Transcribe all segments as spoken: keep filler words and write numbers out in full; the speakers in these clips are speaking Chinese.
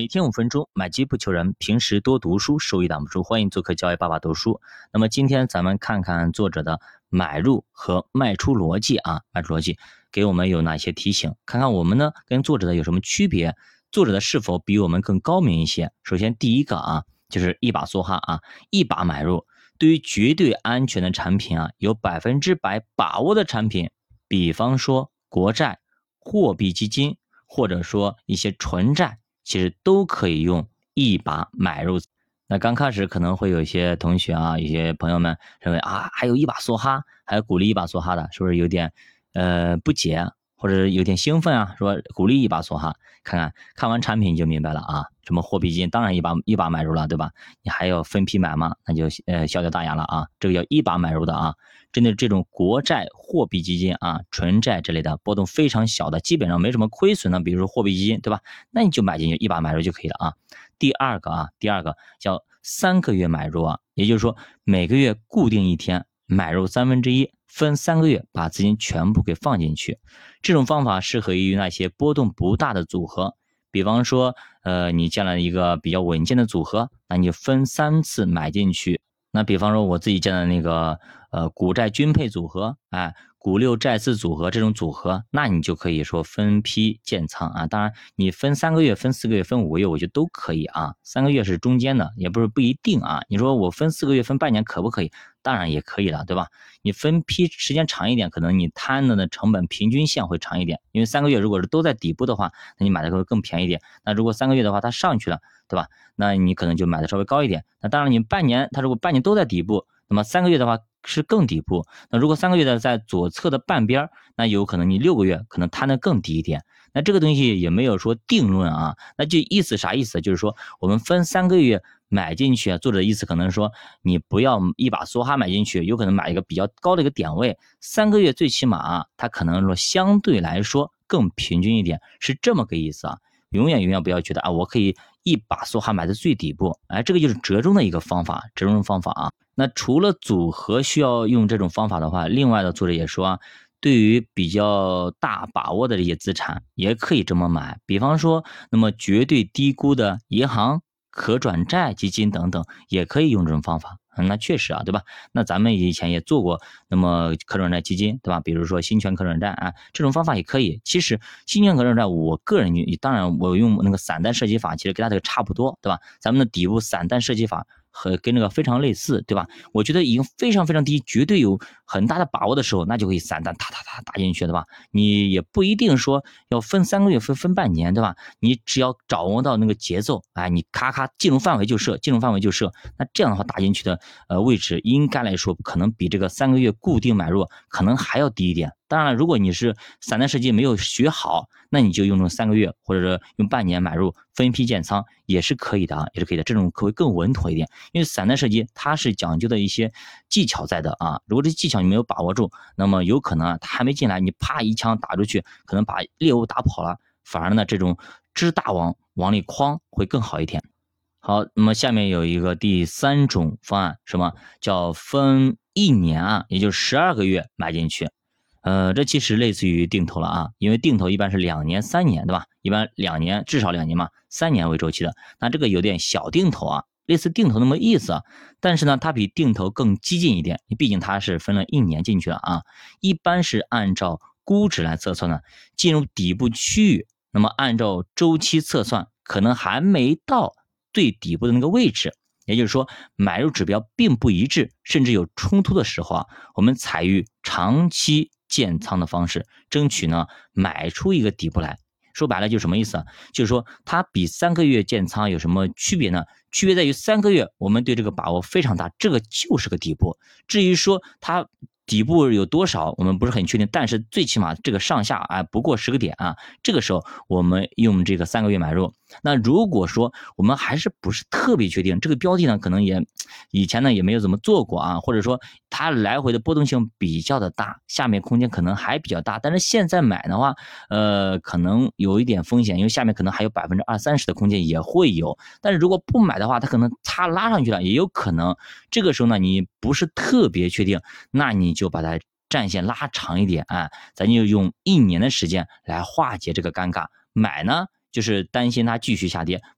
每天五分钟，买基不求人，平时多读书，收益挡不住。欢迎做客教育爸爸读书。那么今天咱们看看作者的买入和卖出逻辑啊，卖出逻辑给我们有哪些提醒？看看我们呢跟作者的有什么区别？作者的是否比我们更高明一些？首先第一个啊，就是一把梭哈啊，一把买入。对于绝对安全的产品啊，有百分之百把握的产品，比方说国债、货币基金，或者说一些纯债，其实都可以用一把买入。那刚开始可能会有一些同学啊，一些朋友们认为啊，还有一把梭哈，还有鼓励一把梭哈的，是不是有点呃不解，或者有点兴奋啊？说鼓励一把梭哈，看看看完产品你就明白了啊。什么货币基金当然一把一把买入了，对吧？你还要分批买吗？那就呃笑掉大牙了啊！这个叫一把买入的啊。针对这种国债、货币基金啊、纯债之类的波动非常小的，基本上没什么亏损的，比如说货币基金，对吧？那你就买进去一把买入就可以了啊。第二个啊，第二个叫三个月买入啊，也就是说每个月固定一天买入三分之一，分三个月把资金全部给放进去。这种方法适合于那些波动不大的组合。比方说，呃，你建了一个比较稳健的组合，那你就分三次买进去。那比方说我自己建的那个呃股债均配组合，哎，股六债四组合这种组合，那你就可以说分批建仓啊。当然，你分三个月、分四个月、分五个月，我觉得都可以啊。三个月是中间的，也不是不一定啊。你说我分四个月、分半年可不可以？当然也可以了，对吧？你分批时间长一点，可能你摊的的成本平均线会长一点。因为三个月如果是都在底部的话，那你买的会更便宜一点。那如果三个月的话，它上去了，对吧？那你可能就买的稍微高一点。那当然，你半年，它如果半年都在底部，那么三个月的话是更底部。那如果三个月的在左侧的半边，那有可能你六个月可能摊的更低一点。那这个东西也没有说定论啊。那就意思啥意思？就是说我们分三个月买进去啊，作者的意思可能说你不要一把梭哈买进去，有可能买一个比较高的一个点位，三个月最起码啊，它可能说相对来说更平均一点，是这么个意思啊。永远永远不要觉得啊，我可以一把梭哈买在最底部，哎，这个就是折中的一个方法，折中方法啊。那除了组合需要用这种方法的话，另外的作者也说啊，对于比较大把握的这些资产也可以这么买，比方说那么绝对低估的银行、可转债基金等等，也可以用这种方法。那确实啊，对吧？那咱们以前也做过那么可转债基金，对吧？比如说新权可转债啊，这种方法也可以。其实新权可转债，我个人当然我用那个散弹设计法，其实跟它这个差不多，对吧？咱们的底部散弹设计法和跟这个非常类似，对吧？我觉得已经非常非常低，绝对有很大的把握的时候，那就可以散弹哒哒哒打进去，对吧？你也不一定说要分三个月分分半年，对吧？你只要掌握到那个节奏，哎，你咔咔进入范围就射，进入范围就射，那这样的话打进去的呃位置应该来说可能比这个三个月固定买入可能还要低一点。当然了，如果你是散弹设计没有学好，那你就用这种三个月或者是用半年买入分批建仓也是可以的啊，也是可以的，这种会更稳妥一点。因为散弹设计它是讲究的一些技巧在的啊，如果这技巧你没有把握住，那么有可能啊，他还没进来，你啪一枪打出去，可能把猎物打跑了，反而呢这种支大网往里框会更好一点。好，那么下面有一个第三种方案，什么叫分一年啊，也就是十二个月买进去。呃，这其实类似于定投了啊，因为定投一般是两年、三年，对吧？一般两年至少两年嘛，三年为周期的。那这个有点小定投啊，类似定投那么意思啊，但是呢，它比定投更激进一点，毕竟它是分了一年进去了啊。一般是按照估值来测算的，进入底部区域，那么按照周期测算，可能还没到最底部的那个位置。也就是说，买入指标并不一致，甚至有冲突的时候啊，我们采取长期建仓的方式，争取呢买出一个底部来。说白了就是什么意思啊？就是说它比三个月建仓有什么区别呢？区别在于三个月我们对这个把握非常大，这个就是个底部。至于说它底部有多少我们不是很确定，但是最起码这个上下啊不过十个点啊，这个时候我们用这个三个月买入。那如果说我们还是不是特别确定，这个标的呢可能也以前呢也没有怎么做过啊，或者说它来回的波动性比较的大，下面空间可能还比较大，但是现在买的话呃可能有一点风险，因为下面可能还有百分之二三十的空间也会有，但是如果不买的话，它可能它拉上去了也有可能，这个时候呢你不是特别确定，那你就把它战线拉长一点啊，咱就用一年的时间来化解这个尴尬。买呢就是担心它继续下跌，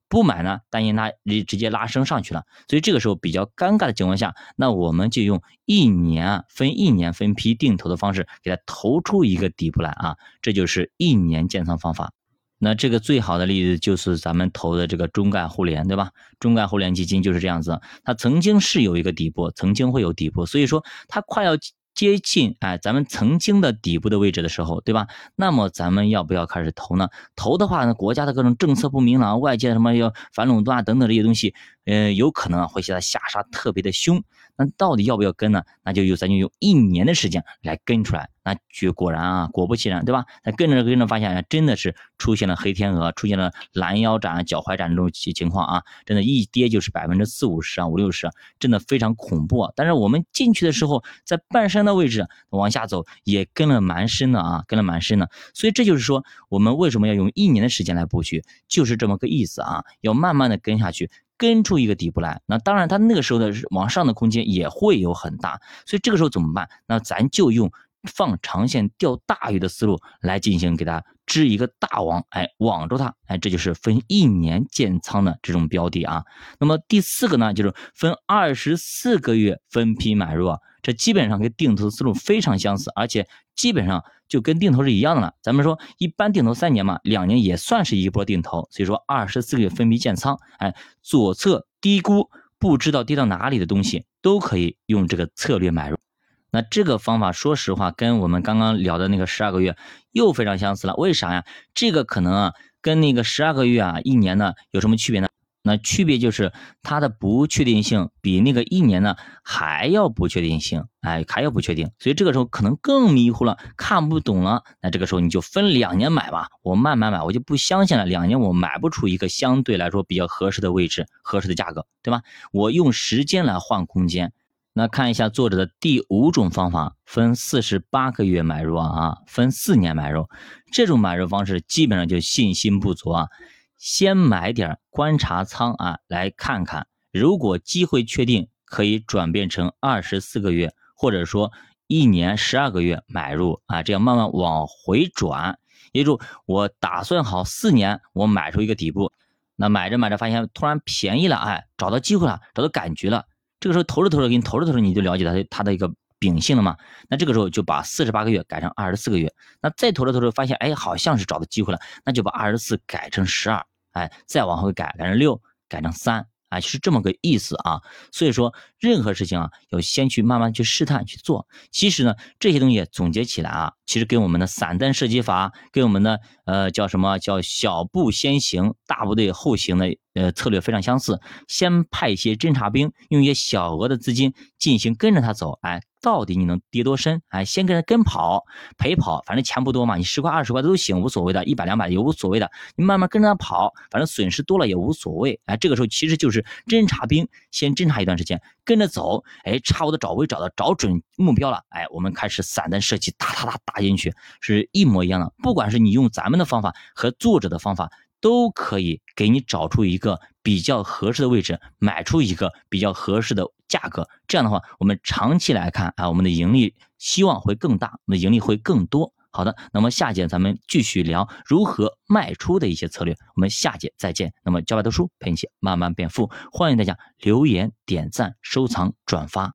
不买呢，担心它直接拉升上去了，所以这个时候比较尴尬的情况下，那我们就用一年啊分一年分批定投的方式，给它投出一个底部来啊，这就是一年建仓方法。那这个最好的例子就是咱们投的这个中概互联，对吧？中概互联基金就是这样子，它曾经是有一个底部，曾经会有底部，所以说它快要接近哎咱们曾经的底部的位置的时候，对吧？那么咱们要不要开始投呢？投的话呢，国家的各种政策不明朗，外界什么要反垄断等等这些东西，呃，有可能会使它下杀特别的凶。那到底要不要跟呢？那就有咱就用一年的时间来跟出来。那就果然啊，果不其然，对吧？那跟着跟着发现，真的是出现了黑天鹅，出现了拦腰斩、脚踝斩这种情况啊！真的，一跌就是百分之四五十啊，五六十，真的非常恐怖啊！但是我们进去的时候，在半山的位置往下走，也跟了蛮深的啊，跟了蛮深的。所以这就是说，我们为什么要用一年的时间来布局，就是这么个意思啊！要慢慢的跟下去。跟出一个底部来，那当然它那个时候的往上的空间也会有很大，所以这个时候怎么办？那咱就用放长线钓大鱼的思路来进行给它织一个大网，哎，网住它，哎，这就是分一年建仓的这种标的啊。那么第四个呢，就是分二十四个月分批买入啊，这基本上跟定投的思路非常相似，而且基本上就跟定投是一样的了。咱们说一般定投三年嘛，两年也算是一波定投，所以说二十四个月分批建仓，哎，左侧低估不知道跌到哪里的东西都可以用这个策略买入。那这个方法说实话跟我们刚刚聊的那个十二个月又非常相似了。为啥呀？这个可能啊跟那个十二个月啊一年呢有什么区别呢？那区别就是它的不确定性比那个一年呢还要不确定性，哎，还要不确定，所以这个时候可能更迷糊了，看不懂了。那这个时候你就分两年买吧，我慢慢买，我就不相信了，两年我买不出一个相对来说比较合适的位置，合适的价格，对吧？我用时间来换空间。那看一下作者的第五种方法，分四十八个月买入啊，分四年买入。这种买入方式基本上就信心不足啊，先买点观察仓啊，来看看，如果机会确定，可以转变成二十四个月，或者说一年十二个月买入啊，这样慢慢往回转。也就是我打算好四年，我买出一个底部，那买着买着发现突然便宜了，哎，找到机会了，找到感觉了。这个时候投着投着，给你投着投着，你就了解它它的一个秉性了嘛。那这个时候就把四十八个月改成二十四个月，那再投着投着发现，哎，好像是找到机会了，那就把二十四改成十二，哎，再往后改改成六，改成三。啊，是这么个意思啊，所以说任何事情啊，要先去慢慢去试探去做。其实呢，这些东西总结起来啊，其实跟我们的散弹射击法，跟我们的呃叫什么叫小步先行，大部队后行的呃策略非常相似。先派一些侦察兵，用一些小额的资金进行跟着他走，哎。到底你能跌多深？哎，先跟着跟跑陪跑，反正钱不多嘛，你十块二十块都行，无所谓的，一百两百也无所谓的，你慢慢跟着他跑，反正损失多了也无所谓。哎，这个时候其实就是侦察兵，先侦察一段时间，跟着走，哎，差不多找位找到找准目标了，哎，我们开始散弹射击，哒哒哒打进去，是一模一样的。不管是你用咱们的方法和作者的方法，都可以给你找出一个比较合适的位置，买出一个比较合适的价格。这样的话，我们长期来看啊，我们的盈利希望会更大，我们的盈利会更多。好的，那么下节咱们继续聊如何卖出的一些策略，我们下节再见。那么教外读书陪你一起慢慢变富，欢迎大家留言、点赞、收藏、转发。